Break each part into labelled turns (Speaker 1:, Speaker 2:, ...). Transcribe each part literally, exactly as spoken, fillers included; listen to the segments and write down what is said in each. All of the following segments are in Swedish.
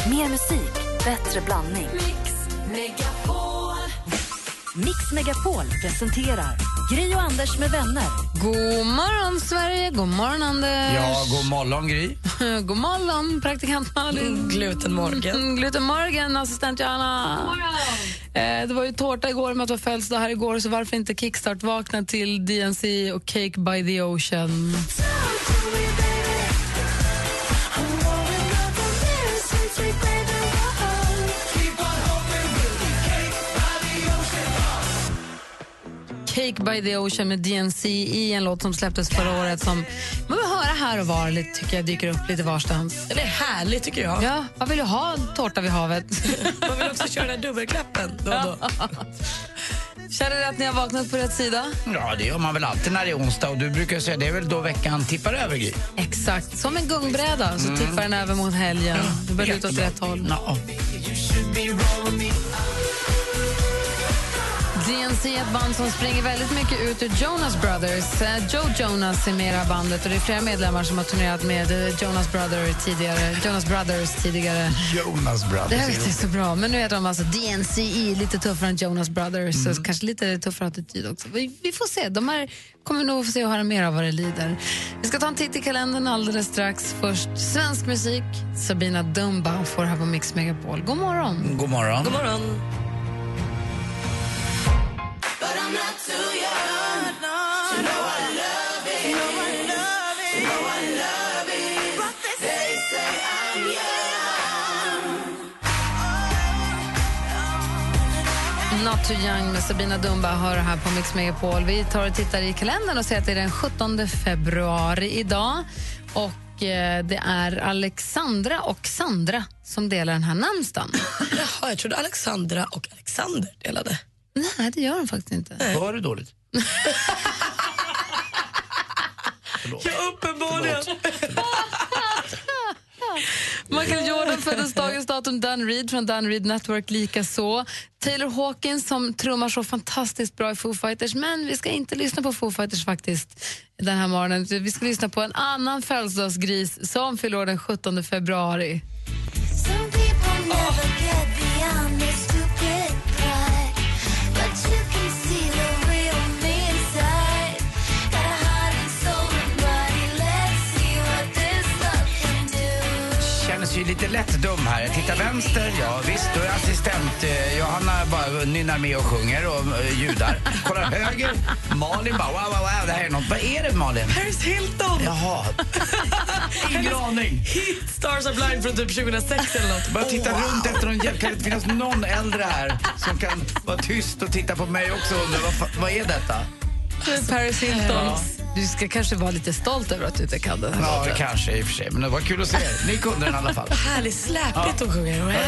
Speaker 1: Mer musik, bättre blandning. Mix Megapol. Mix Megapol presenterar Gry och Anders med vänner.
Speaker 2: God morgon Sverige, god morgon Anders.
Speaker 3: Ja, god morgon Gry.
Speaker 2: God morgon praktikant Malin.
Speaker 4: Mm, glutenmorgen.
Speaker 2: Glutenmorgen, assistent Johanna. Eh, det var ju tårta igår med att det var födelsedag här igår, så varför inte kickstart vakna till D N C och Cake by the Ocean. Cake by the Ocean med D N C i en låt som släpptes förra året som man vill höra här och var lite, tycker jag dyker upp lite varstans.
Speaker 4: Det är härligt tycker jag.
Speaker 2: Ja, man vill ju ha en tårta vid havet.
Speaker 4: Man vill också köra den här dubbelklappen då och då.
Speaker 2: Känner ni att ni har vaknat på rätt sida?
Speaker 3: Ja, det gör man väl alltid när det är onsdag. Och du brukar säga det är väl då veckan tippar över, Gry?
Speaker 2: Exakt, som en gungbräda så mm. tippar den över mot helgen. Ja, du börjar ut åt rätt håll.
Speaker 3: No.
Speaker 2: D N C är ett band som springer väldigt mycket ut ur Jonas Brothers. Joe Jonas är med i det här bandet och det är flera medlemmar som har turnerat med Jonas Brothers tidigare. Jonas Brothers tidigare.
Speaker 3: Jonas Brothers.
Speaker 2: Det här vet jag så bra, men nu heter de alltså D N C E, lite tuffare än Jonas Brothers, mm. så kanske lite tuffare attityd också. Vi, vi får se, de här kommer nog få se och höra mer av vad det lider. Vi ska ta en titt i kalendern alldeles strax. Först svensk musik, Sabina Dumba får här på Mix Megapol. God morgon.
Speaker 3: God morgon.
Speaker 4: God morgon.
Speaker 2: Not too young med Sabina Dumba hör här på Mix Megapol. Vi tar och tittar i kalendern och ser att det är den sjuttonde februari idag. Och eh, det är Alexandra och Sandra som delar den här namnsdagen.
Speaker 4: Jaha, jag trodde Alexandra och Alexander delade.
Speaker 2: Nej, det gör de faktiskt inte.
Speaker 3: Hör du dåligt?
Speaker 4: Jag uppenbarligen.
Speaker 2: Michael Jordan föddes dagens datum, Dan Reed från Dan Reed Network lika så. Taylor Hawkins som trummar så fantastiskt bra i Foo Fighters, men vi ska inte lyssna på Foo Fighters faktiskt den här morgonen. Vi ska lyssna på en annan födelsedagsgris som fyller år den sjuttonde februari.
Speaker 3: Ju lite lätt dum här. Titta vänster, ja visst, då är assistent eh, Johanna bara nynnar med och sjunger och eh, ljudar. Kollar höger, Malin bara wow, wow, wow, det här är något. Vad är det, Malin?
Speaker 4: Paris Hilton!
Speaker 3: Jaha. Ingen aning.
Speaker 4: Hit Stars Are Blind från typ tjugohundrasex eller något.
Speaker 3: Bara titta
Speaker 4: oh, wow.
Speaker 3: runt efter någon hjälp. Kan det finnas någon äldre här som kan vara tyst och titta på mig också och undra, vad, vad är detta?
Speaker 2: Paris Hilton.
Speaker 3: Ja.
Speaker 2: Du ska kanske vara lite stolt över att du inte kan den här
Speaker 3: Ja,
Speaker 2: låten.
Speaker 3: kanske i och för sig. Men det var kul att se. Ni kunde den i alla fall.
Speaker 4: Härligt släpigt hon sjunger.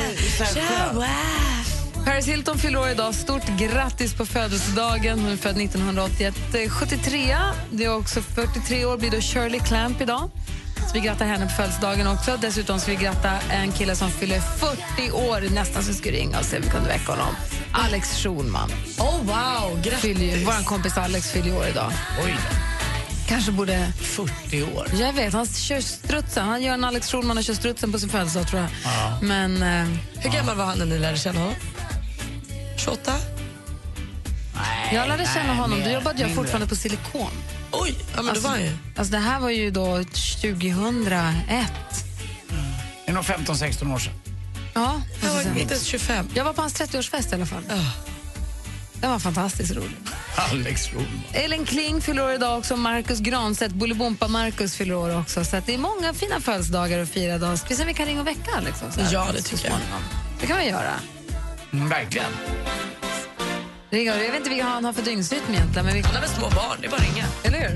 Speaker 2: Paris Hilton fyller år idag. Stort grattis på födelsedagen. Hon är född nittonhundraåttioett. sjuttiotre. Det är också fyrtiotre år blir då Shirley Clamp idag. Så vi grattar henne på födelsedagen också. Dessutom ska vi gratta en kille som fyller fyrtio år. Nästan så skulle ringa och se om vi kunde väcka honom. Alex Schulman.
Speaker 4: Oh wow, grattis.
Speaker 2: Vår kompis Alex fyller år idag.
Speaker 3: Oj.
Speaker 2: Kanske borde...
Speaker 3: fyrtio år.
Speaker 2: Jag vet, han kör strutsen. Han gör en Alex Schulman och kör strutsen på sin födelsedag, tror jag.
Speaker 3: Ja.
Speaker 2: Men... Eh,
Speaker 4: Hur gammal var han när ni lärde känna honom? tjugoåtta?
Speaker 3: Nej,
Speaker 2: jag lärde känna
Speaker 3: nej,
Speaker 2: honom.
Speaker 3: mer,
Speaker 2: Då jobbade jag
Speaker 3: mindre.
Speaker 2: fortfarande på Silikon.
Speaker 4: Oj, ja, men
Speaker 2: Alltså,
Speaker 4: det var ju.
Speaker 2: alltså det här var ju då tjugohundraett.
Speaker 3: Det är nog femton sexton år sedan.
Speaker 2: Ja,
Speaker 4: Jag var
Speaker 2: precis.
Speaker 4: inte ens tjugofem.
Speaker 2: Jag var på hans trettioårsfest i alla fall.
Speaker 4: Oh.
Speaker 2: Det var fantastiskt roligt.
Speaker 3: Alex Schulman.
Speaker 2: Ellen Kling fyller år idag också. Marcus Granstedt, Bolibompa Marcus fyller år också. Så att det är många fina födelsedagar att fira idag. Ska vi se om vi kan ringa och väcka Alex också?
Speaker 4: Ja, det tycker jag.
Speaker 2: Det kan vi göra.
Speaker 3: Mm, verkligen.
Speaker 2: Ringa, jag vet inte vilka han har för dygnsrytm egentligen. Men vi...
Speaker 4: Han har väl små barn, det är bara att ringa.
Speaker 2: Eller hur?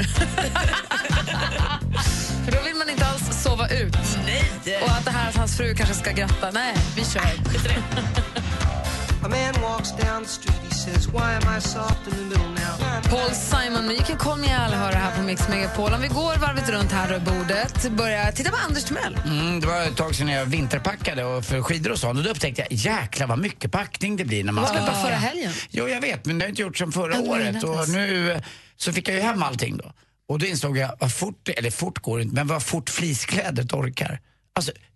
Speaker 2: För då vill man inte alls sova ut.
Speaker 4: Nej.
Speaker 2: Och att det här att hans fru kanske ska gratta. Nej, vi kör.
Speaker 4: Skit i det.
Speaker 5: A man walks down the street, he says, why am I soft in the middle now?
Speaker 2: Paul Simon, You Can Call Me Al hör det här på Mix Megapol. Om vi går varvet runt här i bordet, börjar titta på Anders Timell.
Speaker 3: Mm, det var ett tag sedan jag vinterpackade och för skidor och sånt. Och då upptäckte jag, jäkla vad mycket packning det blir när man ska
Speaker 2: Vad
Speaker 3: packa.
Speaker 2: förra helgen?
Speaker 3: Jo, jag vet, men det har jag inte gjort som förra
Speaker 2: Ja,
Speaker 3: året.
Speaker 2: det
Speaker 3: Och nu så fick jag ju hem allting då. Och då insåg jag vad fort, eller fort går inte, men vad fort fliskläder torkar. Alltså,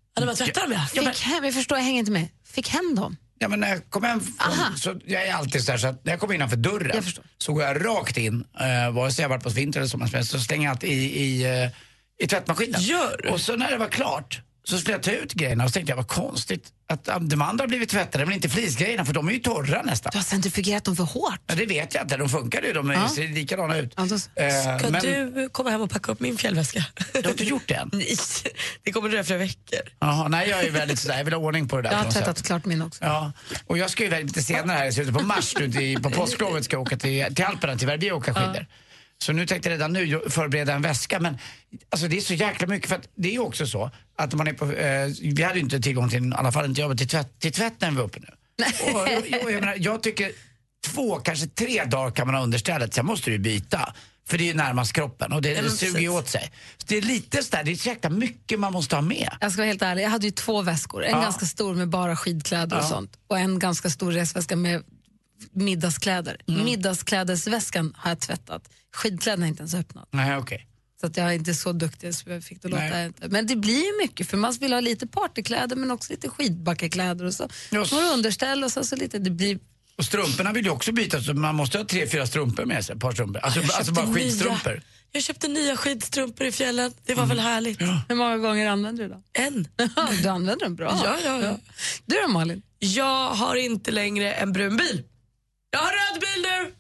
Speaker 4: Ja, man tvättar dem, ja.
Speaker 2: Fick hem, jag förstår, jag hänger inte med. Fick hem dem?
Speaker 3: Ja, men när jag kom hem från, så jag är alltid så här, så att när jag kommer innanför dörren så går jag rakt in, uh, vare sig jag varit på vinter eller sommar, så slänger jag allt i, i, uh, i tvättmaskinen.
Speaker 4: Gör.
Speaker 3: Och så när det var klart så skulle jag ta ut grejerna och så tänkte jag, vad konstigt att uh, de andra har blivit tvättade men inte flisgrejerna, för de är ju torra nästan.
Speaker 2: Du har centrifugerat dem för hårt.
Speaker 3: Ja, det vet jag inte, de funkar ju, de ja. ser likadana ut.
Speaker 2: Alltså,
Speaker 3: uh,
Speaker 4: ska
Speaker 3: men,
Speaker 4: du komma hem och packa upp min fjällväska?
Speaker 3: Du har inte gjort det än?
Speaker 4: Nej, det kommer dröja flera veckor.
Speaker 3: Jaha, nej, jag är väldigt sådär, jag vill ha ordning på det där.
Speaker 2: Jag har tvättat klart min också.
Speaker 3: Ja, och jag ska ju väldigt lite senare här i slutet på mars, nu, på påsklovet ska jag åka till, till Alperna, till Verbier och åka skidor. Ja. Så nu tänkte jag redan nu förbereda en väska, men alltså det är så jäkla mycket, för att det är ju också så att man är på, eh, vi hade ju inte tillgång till, i alla fall inte jobbat till tvätt, till tvätt när vi var uppe nu. och, och jag, menar, jag tycker två, kanske tre dagar kan man ha understället, sen måste du byta. För det är ju närmast kroppen och det, det suger ju åt sig. Så det är lite sådär, det är så jäkla mycket man måste ha med.
Speaker 2: Jag ska vara helt ärlig, jag hade ju två väskor. En ja. ganska stor med bara skidkläder ja. och sånt. Och en ganska stor resväska med middagskläder. Mm. Middagsklädesväskan har jag tvättat. Skidkläderna har inte ens öppnat.
Speaker 3: Nej, okej. Okay.
Speaker 2: Så att jag är inte så duktig så jag fick det låta inte. Men det blir ju mycket, för man vill ha lite partykläder men också lite skidbackekläder och så. Just. Man har underställ och så, så lite, det blir...
Speaker 3: Och strumporna vill ju också byta, så man måste ha tre, fyra strumpor med sig, ett par strumpor. Alltså, alltså bara skidstrumpor.
Speaker 4: Nya, jag köpte nya skidstrumpor i fjällen, det var mm. väl härligt.
Speaker 3: Ja.
Speaker 2: Hur många gånger använder du då?
Speaker 4: En.
Speaker 2: Du använder den bra.
Speaker 4: Ja, ja, ja.
Speaker 2: Du då, Malin?
Speaker 4: Jag har inte längre en brun bil. Jag har röd bil nu!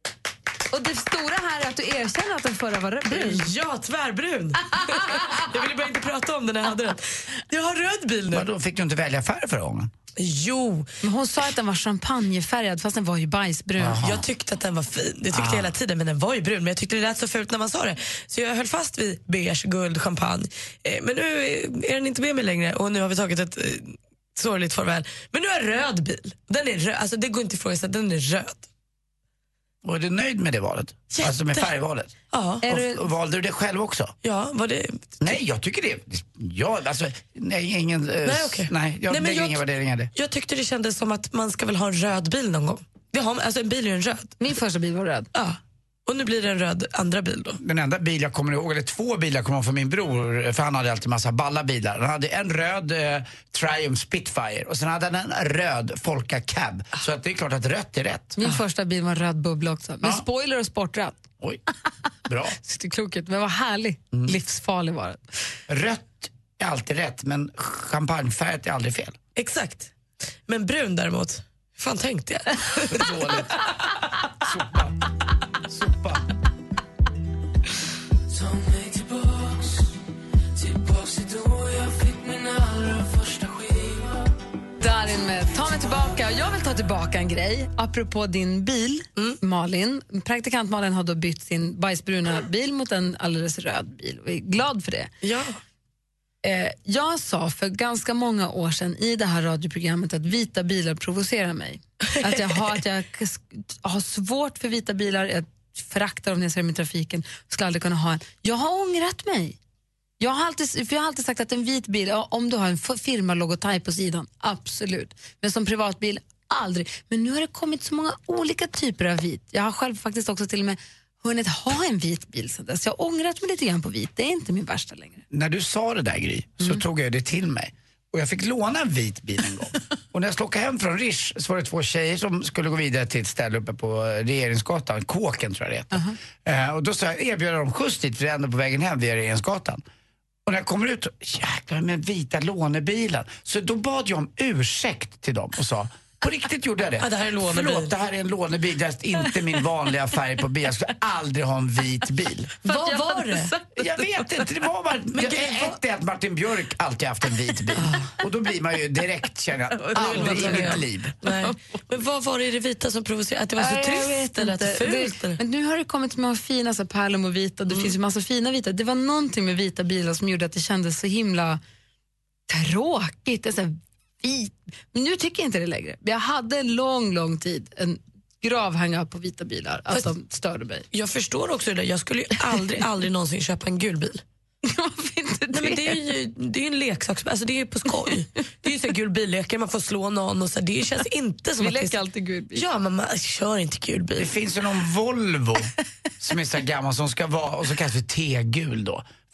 Speaker 2: Och det stora här är att du erkänner att den förra var brun.
Speaker 4: Ja, tvärbrun. Jag ville bara inte prata om den när jag hade den. Jag har röd bil nu.
Speaker 3: Men då fick du inte välja färg förra gången?
Speaker 4: Jo.
Speaker 2: Men hon sa att den var champagnefärgad fast den var ju bajsbrun.
Speaker 3: Aha.
Speaker 4: Jag tyckte att den var fin. Det tyckte ah. jag hela tiden, men den var ju brun. Men jag tyckte det lät så fult när man sa det. Så jag höll fast vid beige, guld, champagne. Eh, men nu är den inte med mig längre. Och nu har vi tagit ett eh, sorgligt farväl. Men nu är röd bil. Den är röd. Alltså det går inte ifrån sig att den är röd.
Speaker 3: Och är du nöjd med det valet?
Speaker 4: Jätte.
Speaker 3: Alltså med färgvalet?
Speaker 4: Ja.
Speaker 3: Och, du... och valde du det själv också?
Speaker 4: Ja, var det...
Speaker 3: Nej, jag tycker det. Ja, alltså, nej, ingen... Uh,
Speaker 4: nej, okay.
Speaker 3: nej, jag lägger inga värderingar det.
Speaker 4: Jag tyckte det kändes som att man ska väl ha en röd bil någon gång. Vi har, alltså en bil är en röd.
Speaker 2: Min första bil var röd.
Speaker 4: Ja. Och nu blir det en röd andra bil då.
Speaker 3: Den enda bil jag kommer ihåg, eller två bilar kommer ihåg för min bror, för han hade alltid massa balla bilar. Han hade en röd eh, Triumph Spitfire och sen hade han en röd Folka Cab. Så att det är klart att rött är rätt.
Speaker 2: Min
Speaker 3: ah.
Speaker 2: första bil var en röd bubbla också. Med ah. spoiler och sportratt.
Speaker 3: Oj, bra.
Speaker 2: Det är klokigt, men vad härlig. Mm. Livsfarlig var det.
Speaker 3: Rött är alltid rätt, men champagnefärgat är aldrig fel.
Speaker 4: Exakt. Men brun däremot, fan tänkte jag.
Speaker 3: Dåligt. Sopa. Sopa.
Speaker 2: Darin med Ta mig tillbaka. Jag vill ta tillbaka en grej. Apropå din bil, mm. Malin. Praktikant Malin har då bytt sin bajsbruna bil mot en alldeles röd bil. Och är glad för det.
Speaker 4: Ja.
Speaker 2: Eh, jag sa för ganska många år sedan i det här radioprogrammet att vita bilar provocerar mig. Att jag har, att jag har svårt för vita bilar. Jag föraktar dem när jag ser dem i trafiken. Ska aldrig kunna ha en. Jag har ångrat mig. Jag har alltid, för jag har alltid sagt att en vit bil, ja, om du har en firma-logotyp på sidan, absolut. Men som privatbil, aldrig. Men nu har det kommit så många olika typer av vit. Jag har själv faktiskt också till och med hunnit ha en vit bil sedan dess. Jag har ångrat mig lite grann på vit. Det är inte min värsta längre.
Speaker 3: När du sa det där, Gry, så mm. tog jag det till mig. Och jag fick låna en vit bil en gång. Och när jag skulle åka hem från Rish så var det två tjejer som skulle gå vidare till ett ställe uppe på Regeringsgatan, Kåken tror jag det heter. Uh-huh. Uh, och då sa jag, erbjöd dem skjuts dit för det är ändå på vägen hem via Regeringsgatan. Och när jag kommer ut, jäklar med vita lånebilen. Så då bad jag om ursäkt till dem och sa, på riktigt gjorde jag det.
Speaker 4: Ja, det här är en lånebil.
Speaker 3: Förlåt, det här är en lånebil. Det är inte min vanliga färg på bil. Jag skulle aldrig ha en vit bil.
Speaker 4: Vad var det?
Speaker 3: Jag vet inte. Det var bara... Men jag, ett är att Martin Björk alltid haft en vit bil. Och då blir man ju direkt, känner jag, aldrig i mitt liv.
Speaker 4: Nej. Men vad var det i det vita som provocerade? Att det var så trist eller att det fult?
Speaker 2: Det, men nu har det kommit med fina så pärlor och vita. Det mm. finns ju massa fina vita. Det var någonting med vita bilar som gjorde att det kändes så himla tråkigt. Det är så här, men nu tycker jag inte det längre. Jag hade en lång, lång tid en grav hänga på vita bilar. Att de störde mig.
Speaker 4: Jag förstår också det. Jag skulle ju aldrig, aldrig någonsin köpa en gul bil.
Speaker 2: Varför inte det?
Speaker 4: Nej, men det är ju det är en leksak. Alltså det är ju på skoj. Det är ju så gul billeker, man får slå någon och så. Det känns inte som
Speaker 2: vi
Speaker 4: att...
Speaker 2: Vi leker alltid gul bil.
Speaker 4: Ja, men man kör inte gul bil.
Speaker 3: Det finns ju någon Volvo som är så gammal som ska vara, och så kallas för T-gul då.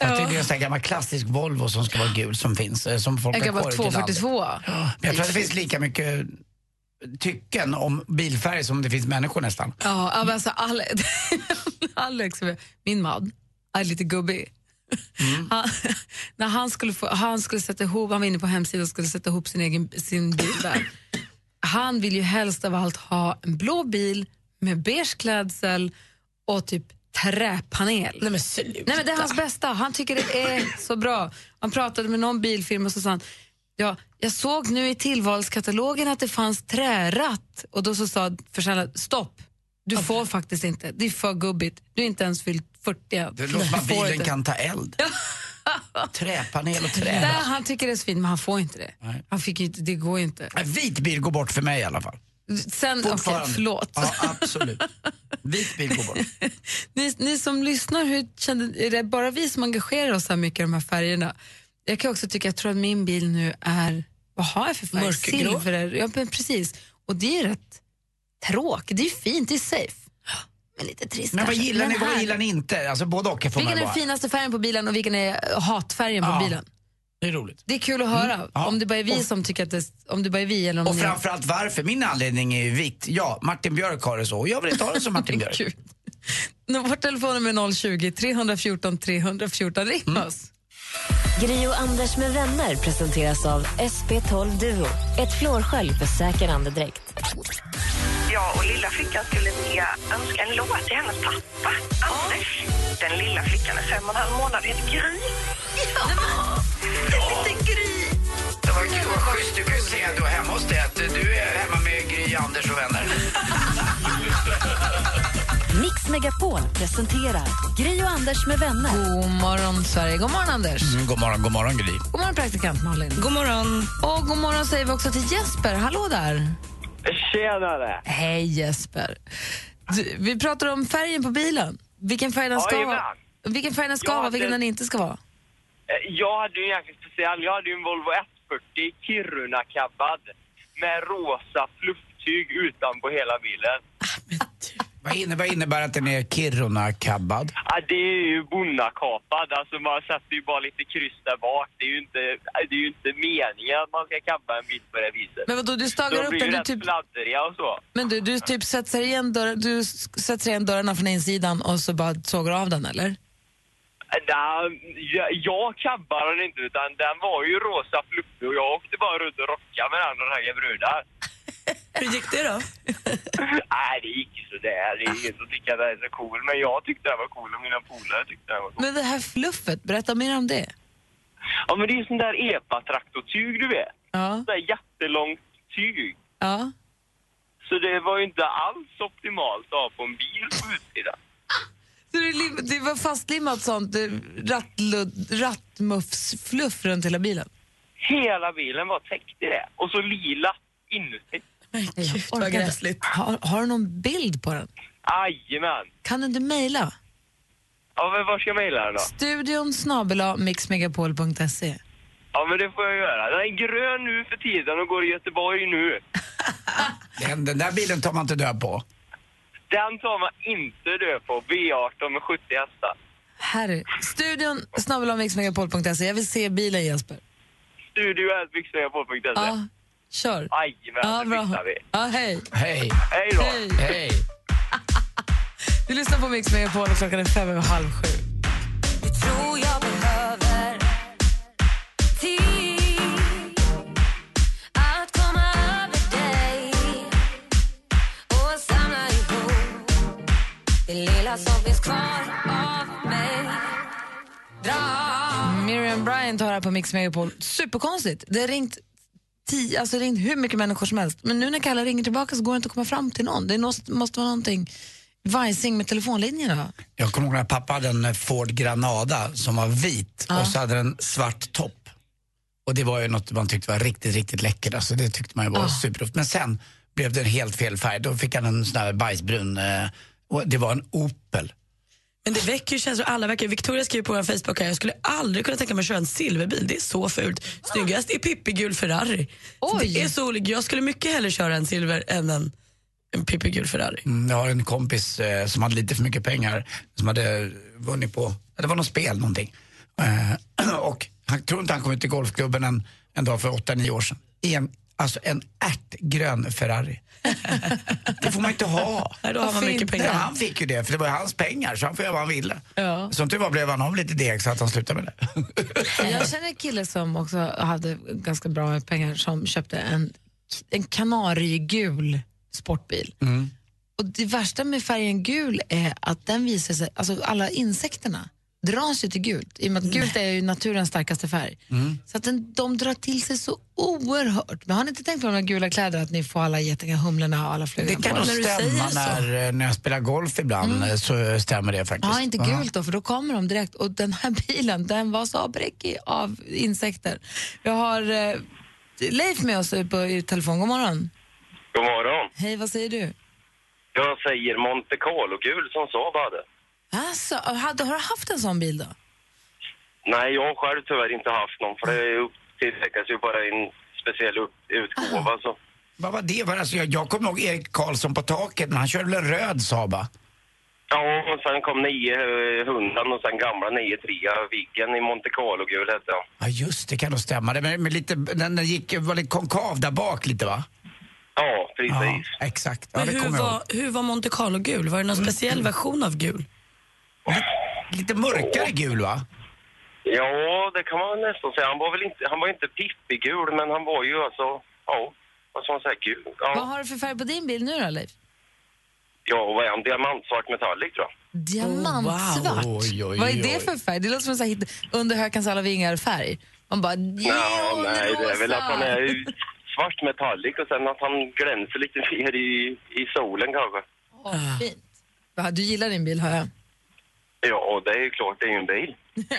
Speaker 3: Att det är en sån här gammal klassisk Volvo som ska vara gul som finns. Som folk
Speaker 2: jag kan vara två fyrtiotvå.
Speaker 3: Ja, men jag tror att det finns lika mycket tycken om bilfärg som det finns människor nästan.
Speaker 2: Ja, alltså Alex, Alex min man, är lite gubbig. Mm. Han, när han skulle, få, han skulle sätta ihop, han var inne på hemsidan och skulle sätta ihop sin egen sin bil där. Han vill ju helst av allt ha en blå bil med beige klädsel och typ träpanel. Nej men sluta. Nej men det är hans bästa. Han tycker det är så bra. Han pratade med någon bilfirma och så sa han, ja, jag såg nu i tillvalskatalogen att det fanns träratt. Och då så sa försäljaren, stopp. Du okay. får faktiskt inte. Det är för gubbigt. Du är inte ens fyllt fyrtio.
Speaker 3: Det låter som att bilen inte. Kan ta eld. Träpanel och träratt.
Speaker 2: Nej, han tycker det är så fint, men han får inte det. Nej. Han fick ju, det går ju inte.
Speaker 3: En vit bil går bort för mig i alla fall.
Speaker 2: Sen, okej, okay, förlåt.
Speaker 3: Ja, absolut. Vit bil går bort.
Speaker 2: ni, ni som lyssnar, hur kände, är det bara vi som engagerar oss så här mycket i de här färgerna? Jag kan också tycka, jag tror att min bil nu är, vad har jag för färg?
Speaker 4: Mörkgrå.
Speaker 2: Silver. Ja, precis. Och det är rätt tråkigt, det är fint, det är safe. Men lite trist.
Speaker 3: Men vad gillar ni, vad gillar ni inte? Alltså både och får
Speaker 2: vilken
Speaker 3: man
Speaker 2: är den
Speaker 3: bara.
Speaker 2: Finaste färgen på bilen och vilken är hatfärgen
Speaker 3: ja,
Speaker 2: på bilen?
Speaker 3: Det är roligt.
Speaker 2: Det är kul att höra. Mm, ja. Om det bara är vi och, som tycker att det, om det bara är vi eller om
Speaker 3: och
Speaker 2: ni...
Speaker 3: framförallt varför. Min anledning är ju vitt. Ja, Martin Björk har det så. Och jag vill inte ha det som Martin Björk.
Speaker 2: Vårt telefonnummer är noll tjugo, tre fjorton, tre fjorton. Ring mm. oss.
Speaker 1: Gri och Anders med vänner presenteras av S P tolv Duo. Ett flårskölj för säker andedräkt.
Speaker 6: Ja, och lilla flickan skulle vilja önska en låt till hennes pappa, Anders. Den lilla flickan är fem och en halv månad, heter Gry. Ja, det är lite Gry.
Speaker 3: Det var kul, vad schysst. Du kan ju säga då hemma hos dig att du är hemma med Gry, Anders och vänner.
Speaker 1: Mix Megapol presenterar Gry och Anders med vänner.
Speaker 2: God morgon Sverige, god morgon Anders.
Speaker 3: Mm, god morgon, god morgon Gry.
Speaker 2: God morgon praktikant Malin.
Speaker 4: God morgon.
Speaker 2: Och god morgon säger vi också till Jesper, hallå där.
Speaker 7: Tjenare.
Speaker 2: Hej Jesper. Du, vi pratar om färgen på bilen. Vilken färg den ska
Speaker 7: ja,
Speaker 2: vara. Vilken färg den ska vara, vilken den inte ska vara.
Speaker 7: Jag hade ju egentligen speciell. Jag hade ju en Volvo ett fyrtio Kiruna kabbad med rosa flufftyg utan på hela bilen.
Speaker 3: Vad innebär, vad innebär att den är Kiruna-kabbad?
Speaker 7: Ja, det är ju bonnakapad. Alltså man sätter ju bara lite kryss där bak. Det är ju inte, det är ju inte meningen att man ska kabba en bit på det viset.
Speaker 2: Men vadå, du stagar upp den, du typ...
Speaker 7: fladdriga och så.
Speaker 2: Men du, du typ sätter igen, dörr, du sätter igen dörrarna från insidan och så bara sågar av den, eller?
Speaker 7: Nej, jag, jag kabbar den inte, utan den var ju rosa fluffig och jag åkte bara runt och rockade med andra höga brudar.
Speaker 4: Hur gick det då?
Speaker 7: Nej, det gick så där. Det är ingen som tycker att det är så cool. Men jag tyckte det var cool och mina polare tyckte det var cool.
Speaker 2: Men det här fluffet, berätta mer om det.
Speaker 7: Ja, men det är ju sån där epa-traktortyg, du vet.
Speaker 2: Ja.
Speaker 7: Sån där jättelångt tyg.
Speaker 2: Ja.
Speaker 7: Så det var ju inte alls optimalt att ha på en bil på utsidan.
Speaker 2: Så det, det var fastlimmat sånt rattmuffsfluff runt hela bilen?
Speaker 7: Hela bilen var täckt i det. Och så lila inuti.
Speaker 4: Men gud, vad gräsligt.
Speaker 2: Har, har du någon bild på den?
Speaker 7: Jajamän.
Speaker 2: Kan du inte mejla?
Speaker 7: Ja, men var ska jag mejla den då?
Speaker 2: Studion snabel-a mixmegapol punkt se.
Speaker 7: Ja, men det får jag göra. Den är grön nu för tiden och går i Göteborg nu.
Speaker 3: den, den där bilen tar man inte död på.
Speaker 7: Den tar man inte död på. V arton med sjuttio hästar.
Speaker 2: Herre. Studion snabel-a mixmegapol punkt se. Jag vill se bilen, Jesper.
Speaker 7: Studio at mixmegapol punkt se.
Speaker 2: Ja, kör.
Speaker 7: Jajamän,
Speaker 2: ja,
Speaker 7: det
Speaker 2: bra.
Speaker 7: fixar vi.
Speaker 2: Ja, hej.
Speaker 3: Hej.
Speaker 7: Hej då.
Speaker 2: Hej.
Speaker 3: Hej.
Speaker 2: Vi lyssnar på Mix Megapol och klockan är fem över halv sju.
Speaker 8: Jag tror jag behöver tid att komma över dig och samla ihop det lilla som finns kvar av mig. Dra.
Speaker 2: Miriam Bryant har här på Mix Megapol. Superkonstigt. Det har ringt tio, alltså ringt hur mycket människor som helst. Men nu när Kalle ringer tillbaka så går det inte att komma fram till någon. Det måste, måste vara någonting vajsing med telefonlinjerna.
Speaker 3: Jag kommer ihåg när pappa hade en Ford Granada som var vit
Speaker 2: ja.
Speaker 3: och så hade den svart topp. Och det var ju något man tyckte var riktigt, riktigt läckert. Alltså det tyckte man ju var ja. superroligt. Men sen blev det en helt fel färg. Då fick han en sån här bajsbrun. Eh, och det var en Opel.
Speaker 4: Men det väcker ju känslor, alla verkar. Victoria skriver på vår Facebook här, jag skulle aldrig kunna tänka mig att köra en silverbil, det är så fult. Snyggast är pippigul Ferrari. Det är så olika, jag skulle mycket hellre köra en silver än en, en pippigul Ferrari.
Speaker 3: Mm, jag har en kompis eh, som hade lite för mycket pengar, som hade vunnit på, det var något spel någonting. Eh, och han tror inte han kom ut till golfklubben en, en dag för åtta nio år sedan. I en, alltså en ärtgrön Ferrari. Det får man inte ha.
Speaker 4: Nej, då har man mycket pengar.
Speaker 3: Nej, han fick ju det, för det var hans pengar, så han får göra vad han ville.
Speaker 2: Ja.
Speaker 3: Som tur var blev han av lite deg så att han slutade med det.
Speaker 2: Jag känner en kille som också hade ganska bra pengar som köpte en, en kanariegul sportbil.
Speaker 3: Mm.
Speaker 2: Och det värsta med färgen gul är att den visar sig, alltså alla insekterna dras ju till gult, i och med att gult är ju naturens starkaste färg. Mm. Så att den, de drar till sig så oerhört. Men har ni inte tänkt på de här gula kläder, att ni får alla jättiga humlorna och alla flugorna på?
Speaker 3: Det kan nog stämma när, när jag spelar golf ibland, mm. så stämmer det faktiskt.
Speaker 2: Ja, inte gult då, för då kommer de direkt. Och den här bilen, den var så bräckig av insekter. Jag har eh, Leif med oss på i telefon. God morgon.
Speaker 9: God morgon.
Speaker 2: Hej, vad säger du?
Speaker 9: Jag säger Monte Carlo gul som Saab hade.
Speaker 2: Alltså, hade, har du haft en sån bil då?
Speaker 9: Nej, jag har själv tyvärr inte haft någon, för det tillverkas ju bara en speciell upp, utgåva. Så.
Speaker 3: Vad var det? Alltså, jag, jag kommer ihåg Erik Karlsson på taket, men han körde väl en röd Saab?
Speaker 9: Ja, och sen kom nio hundra och sen gamla nio tre Viggen i Monte Carlo gul hette jag.
Speaker 3: Ja, just det, kan nog stämma. Det, men, men lite, den, den gick, var lite konkav där bak lite, va?
Speaker 9: Ja, precis.
Speaker 3: Ja, exakt. Ja,
Speaker 4: men
Speaker 3: det
Speaker 4: hur, var, hur var Monte Carlo gul? Var det någon speciell version av gul?
Speaker 3: Lite mörkare gul, va?
Speaker 9: Ja, det kan man nästan säga. Han var väl inte, han var inte pippigul, men han var ju alltså, ja, vad ska man säga, gul. Ja.
Speaker 2: Vad har du för färg på din bil nu då, Leif?
Speaker 9: Ja, vad är han? Diamantsvart metallic, tror jag.
Speaker 2: Diamantsvart?
Speaker 3: Oh, wow. oj, oj,
Speaker 2: vad är
Speaker 3: oj.
Speaker 2: det för färg? Det låter som en sån här hit under hökans alla vingar-färg. Man bara,
Speaker 9: ja, nej, det är väl att han är svart metallic och sen att han glänser lite mer i, i solen kanske.
Speaker 2: Åh, oh, fint. Ja, du gillar din bil, hör jag.
Speaker 9: Ja, det är ju klart, det är ju en bil.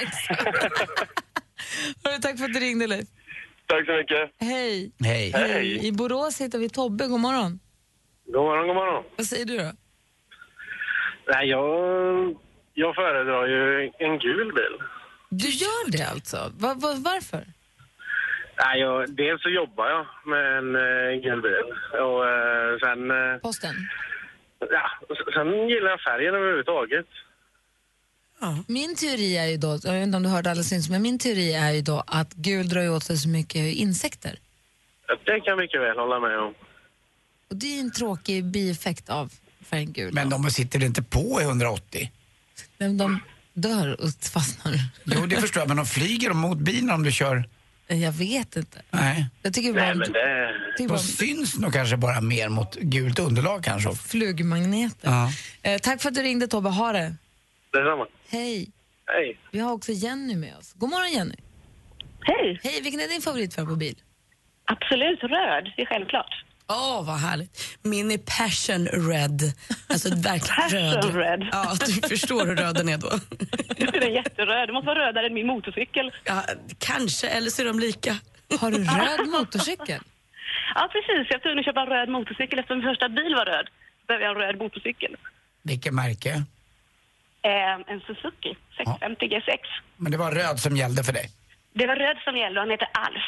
Speaker 2: Hörru, tack för att du ringde, Leif.
Speaker 9: Tack så mycket.
Speaker 2: Hej.
Speaker 3: Hej.
Speaker 9: Hej.
Speaker 2: I Borås hittar vi Tobbe, god morgon.
Speaker 9: God morgon, god morgon.
Speaker 2: Vad säger du då?
Speaker 9: Nej, jag, jag föredrar ju en gul bil.
Speaker 2: Du gör det alltså? Va, va, varför?
Speaker 9: Nej, jag, dels så jobbar jag med en uh, gul bil och uh, sen... Uh,
Speaker 2: Posten?
Speaker 9: Ja, sen gillar jag färgen överhuvudtaget.
Speaker 2: Ja. Min teori är ju då, jag vet inte om du hörde alldeles nyss, men min teori är ju då att gul drar åt sig så mycket insekter.
Speaker 9: Det kan jag mycket väl hålla med om.
Speaker 2: Och det är en tråkig bieffekt av färgen gul.
Speaker 3: Men de sitter inte på i hundraåttio?
Speaker 2: Men de dör och fastnar.
Speaker 3: Jo, det förstår jag, men de flyger de mot bilen om du kör...
Speaker 2: Jag vet inte.
Speaker 3: Nej.
Speaker 2: Jag tycker bara,
Speaker 9: Nej, men det...
Speaker 2: tycker
Speaker 3: De
Speaker 2: bara
Speaker 3: syns nog kanske bara mer mot gult underlag kanske.
Speaker 2: flugmagneter.
Speaker 3: Ja.
Speaker 2: Eh, tack för att du ringde, Tobbe. Ha det.
Speaker 9: Detsamma.
Speaker 2: Hej.
Speaker 9: Hej.
Speaker 2: Vi har också Jenny med oss. God morgon, Jenny.
Speaker 10: Hej.
Speaker 2: Hej, vilken är din favoritfärg på bil?
Speaker 10: Absolut röd, det är självklart.
Speaker 4: Åh, oh, vad härligt. Min är passion red. Alltså verkligen
Speaker 10: Passion
Speaker 4: röd.
Speaker 10: red.
Speaker 4: Ja, du förstår hur röd den är då.
Speaker 10: Den är jätteröd. Det måste vara rödare än min motorcykel.
Speaker 4: Ja, kanske, eller så är de lika.
Speaker 2: Har du röd motorcykel?
Speaker 10: Ja, precis. Jag tog att köpa en röd motorcykel efter min första bil var röd. Så behöver jag en röd motorcykel.
Speaker 3: Vilket märke?
Speaker 10: Eh, en Suzuki sexhundrafemtio G sex.
Speaker 3: Men det var röd som gällde för dig?
Speaker 10: Det var röd som gällde och han heter Alf.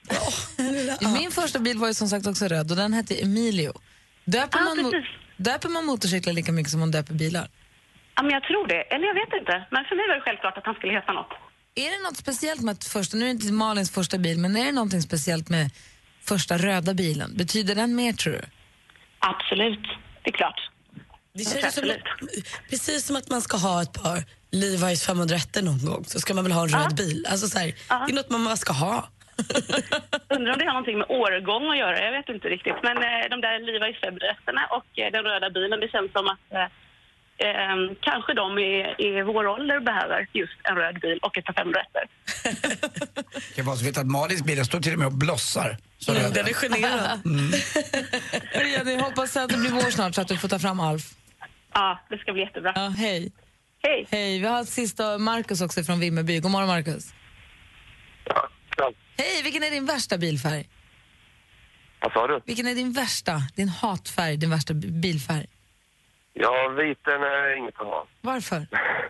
Speaker 2: Oh. Min första bil var ju som sagt också röd och den hette Emilio. Döper,
Speaker 10: Ja,
Speaker 2: man, mo-
Speaker 10: precis.
Speaker 2: döper man motorcyklar lika mycket som man döper bilar?
Speaker 10: Ja, men jag tror det. Eller jag vet inte. Men för mig var det självklart att han skulle heta något.
Speaker 2: Är det något speciellt med att första, nu är det inte Malins första bil, men är det någonting speciellt med första röda bilen? Betyder den mer, tror du?
Speaker 10: Absolut. Det är klart.
Speaker 4: Det känns som, precis som att man ska ha ett par Levi's femhundraett någon gång, så ska man väl ha en röd
Speaker 10: Ja.
Speaker 4: bil. Alltså så här,
Speaker 10: Ja.
Speaker 4: det är något man bara ska ha.
Speaker 10: Undrar om det har någonting med årgång att göra, jag vet inte riktigt. Men eh, de där Levi's femhundraett och eh, den röda bilen, det känns som att eh, eh, kanske de i, i vår ålder behöver just en röd bil och ett par femhundraett.
Speaker 3: Det kan vara så vet att Malins bil står till och med och blossar. Så
Speaker 4: Mm,
Speaker 3: röd.
Speaker 4: den är generad.
Speaker 2: Mm. Jenny, hoppas att det blir vår snart så att du får ta fram Alf.
Speaker 10: Ja, det ska bli jättebra.
Speaker 2: Ja, hej.
Speaker 10: Hej.
Speaker 2: Hej, vi har sista Marcus också från Vimmerby. God morgon, Marcus.
Speaker 9: Ja, ja.
Speaker 2: Hej, vilken är din värsta bilfärg?
Speaker 9: Vad sa du?
Speaker 2: Vilken är din värsta, din hatfärg, din värsta b- bilfärg?
Speaker 9: Ja, viten är inget att ha.
Speaker 2: Varför?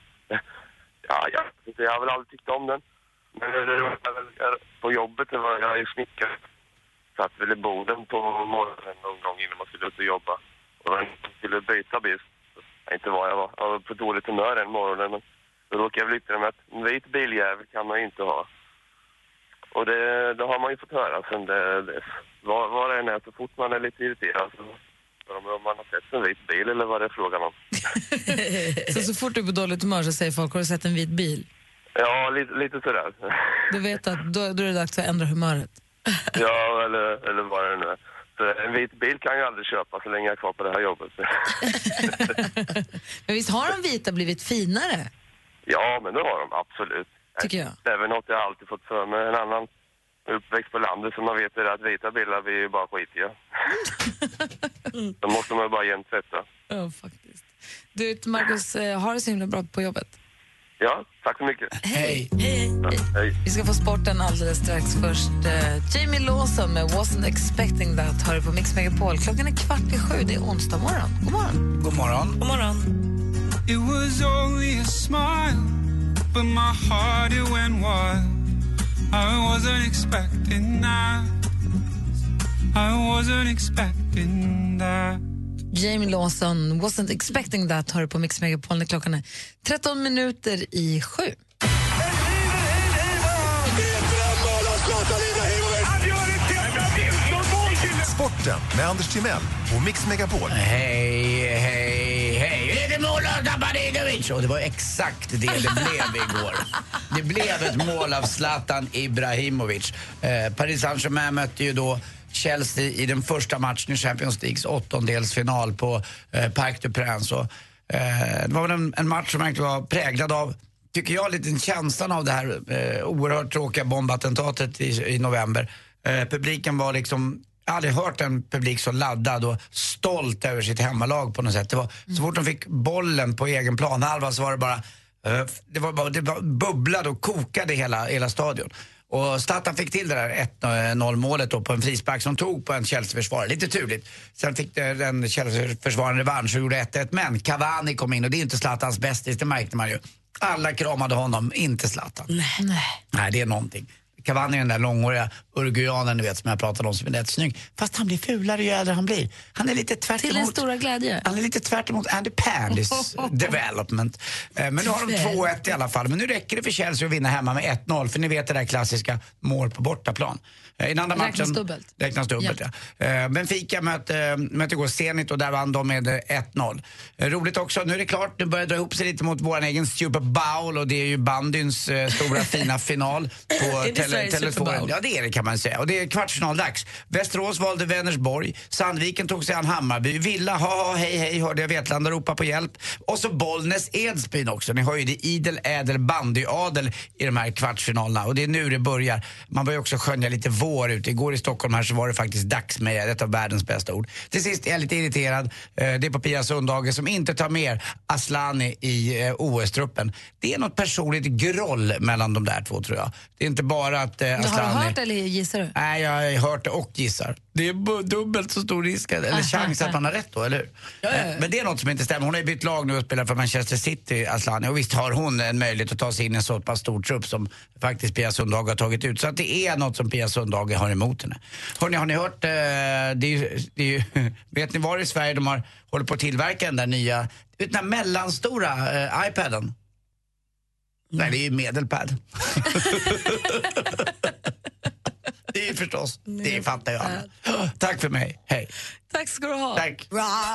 Speaker 9: Ja, jag, jag har väl aldrig tyckt om den. Men det var väl på jobbet, det var, jag är ju snickare. Satt väl i boden på morgonen någon gång innan man skulle ut och jobba. Och jag skulle byta bil. Jag inte vad jag var. Jag var på dåligt humör en morgonen. Men Så råkade jag väl yttra mig att en vit biljävel kan man ju inte ha. Och det, det har man ju fått höra sen det, det vad, vad det än är, så fort man är lite irriterad så om man har sett en vit bil eller vad det är frågan om.
Speaker 2: så så fort du är på dåligt humör så säger folk, har du sett en vit bil?
Speaker 9: Ja, lite, lite sådär.
Speaker 2: Du vet att då, då är det dags att ändra humöret.
Speaker 9: Ja, eller, eller vad det nu är. Så en vit bil kan jag aldrig köpa så länge jag är kvar på det här jobbet.
Speaker 2: Men visst har de vita blivit finare?
Speaker 9: Ja, men det har de absolut.
Speaker 2: Tycker jag.
Speaker 9: Det är väl något jag alltid fått för mig. En annan uppväxt på landet som man vet är att vita bilar blir ju bara skitiga. mm. Då måste man bara jämt sätta.
Speaker 2: Ja, faktiskt. Du, Marcus, har det så himla bra på jobbet?
Speaker 9: Ja, tack så mycket.
Speaker 2: Hej.
Speaker 9: Hej. Ja, hej.
Speaker 2: Vi ska få sporten alldeles strax. Först uh, Jamie Lawson med Wasn't Expecting That hör på Mix Megapol. Klockan är kvart i sju, det är onsdag morgon. God morgon.
Speaker 3: God morgon.
Speaker 4: God morgon.
Speaker 11: It was only a smile, but my heart it went wild. I wasn't expecting that. I wasn't expecting that.
Speaker 2: Jamie Lawson, Wasn't Expecting That hör på Mix Megapol när klockan är tretton minuter i sju.
Speaker 12: Sporten med Anders Timell och Mix Megapol.
Speaker 3: Hej, hej, hej. Är det mål av Dabadinovic? Och det var exakt det det blev igår. Det blev ett mål av Zlatan Ibrahimovic. Eh, Paris Saint-Germain mötte ju då Chelsea i den första matchen i Champions Leagues åttondelsfinal på eh, Parc des Princes. Och, eh, det var väl en, en match som verkligen var präglad av, tycker jag, lite känslan av det här eh, oerhört tråkiga bombattentatet i, i november. Eh, publiken var liksom, jag har aldrig hört en publik så laddad och stolt över sitt hemmalag på något sätt. Det var, mm. Så fort de fick bollen på egen planhalva så var det bara, eh, det var bara det var bubblade och kokade hela, hela stadion. Och Zlatan fick till det där ett noll målet då på en frispark som tog på en Chelsea-försvarare. Lite turligt. Sen fick den Chelsea-försvararen revansch och gjorde ett ett. Men Cavani kom in och det är inte Zlatans bästis, det märkte man ju. Alla kramade honom, inte Zlatan.
Speaker 2: Nej. Nej.
Speaker 3: Nej, det är någonting. Cavani är den där långhåriga uruguayanen, ni vet, som jag pratade om, som är rätt snygg. Fast han blir fulare ju äldre han blir. Han är lite tvärt
Speaker 2: Till
Speaker 3: emot,
Speaker 2: en stora glädje.
Speaker 3: Han är lite tvärt emot Andy Pandys development. Men nu har de två ett i alla fall. Men nu räcker det för Chelsea att vinna hemma med ett noll. För ni vet det där klassiska mål på bortaplan. I den andra
Speaker 2: räknas
Speaker 3: matchen
Speaker 2: dubbelt.
Speaker 3: Räknas dubbelt, ja. ja. Benfica mötte, mötte igår Zenit och där vann de med ett noll. Roligt också, nu är det klart, nu börjar dra ihop sig lite mot vår egen Super Bowl och det är ju bandyns eh, stora fina final på tele- telefonen. Ja, det är det kan man säga. Och det är kvartsfinaldags. Västerås valde Vänersborg, Sandviken tog sig an Hammarby, Villa, ha, ha hej hej, hörde jag Vetlanda ropa på hjälp. Och så Bollnäs Edsbyn också. Ni har ju det idel ädel bandyadel i de här kvartsfinalerna och det är nu det börjar. Man börjar också skönja lite vår ute. Igår i Stockholm här så var det faktiskt dags med ett av världens bästa ord. Till sist är jag lite irriterad. Det är på Pia Sundhage som inte tar med Aslani i O S-truppen. Det är något personligt groll mellan de där två, tror jag. Det är inte bara att eh, Aslani...
Speaker 2: Har du hört eller gissar du?
Speaker 3: Nej, jag har hört det och gissar. Det är b- dubbelt så stor risk eller chans att man har rätt då, eller hur? Ja, ja, ja. Men det är något som inte stämmer. Hon har ju bytt lag nu och spelar för Manchester City, Aslani. Och visst har hon en möjlighet att ta sig in i en så pass stor trupp som faktiskt Pia Sundhage har tagit ut. Så att det är något som Pia Sundhage har emot henne. Hörrni, har ni hört, eh, det är ju, det är ju, vet ni var i Sverige de har håller på att tillverka den där nya, den här mellanstora eh, iPaden? Mm. Nej, det är ju medelpad. Det är förstås, det fattar jag. Tack för mig, hej.
Speaker 2: Tack ska du ha.
Speaker 3: Tack.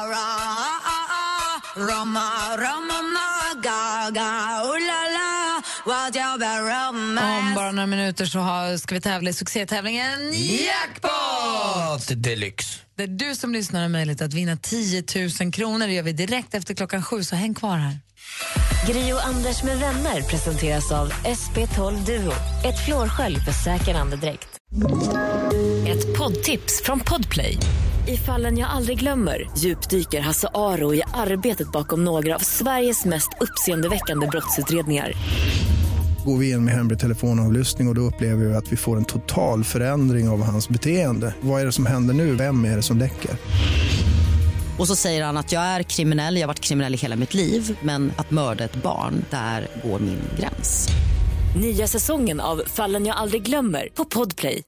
Speaker 2: Om bara några minuter så har, ska vi tävla i succétävlingen
Speaker 3: Jackpot Deluxe.
Speaker 2: Det är du som lyssnar har möjlighet att vinna tio tusen kronor. Det gör vi direkt efter klockan sju, så häng kvar här.
Speaker 1: Gri och Anders med vänner presenteras av S P tolv Duo. Ett flårskölj för säker andedräkt. Ett poddtips från Podplay. I Fallen jag aldrig glömmer djupdyker Hasse Aro i arbetet bakom några av Sveriges mest uppseendeväckande brottsutredningar.
Speaker 13: Går vi in med hemlig telefonavlyssning och, och då upplever vi att vi får en total förändring av hans beteende. Vad är det som händer nu? Vem är det som läcker?
Speaker 14: Och så säger han att jag är kriminell, jag har varit kriminell i hela mitt liv. Men att mörda ett barn, där går min gräns.
Speaker 1: Nya säsongen av Fallen jag aldrig glömmer på Podplay.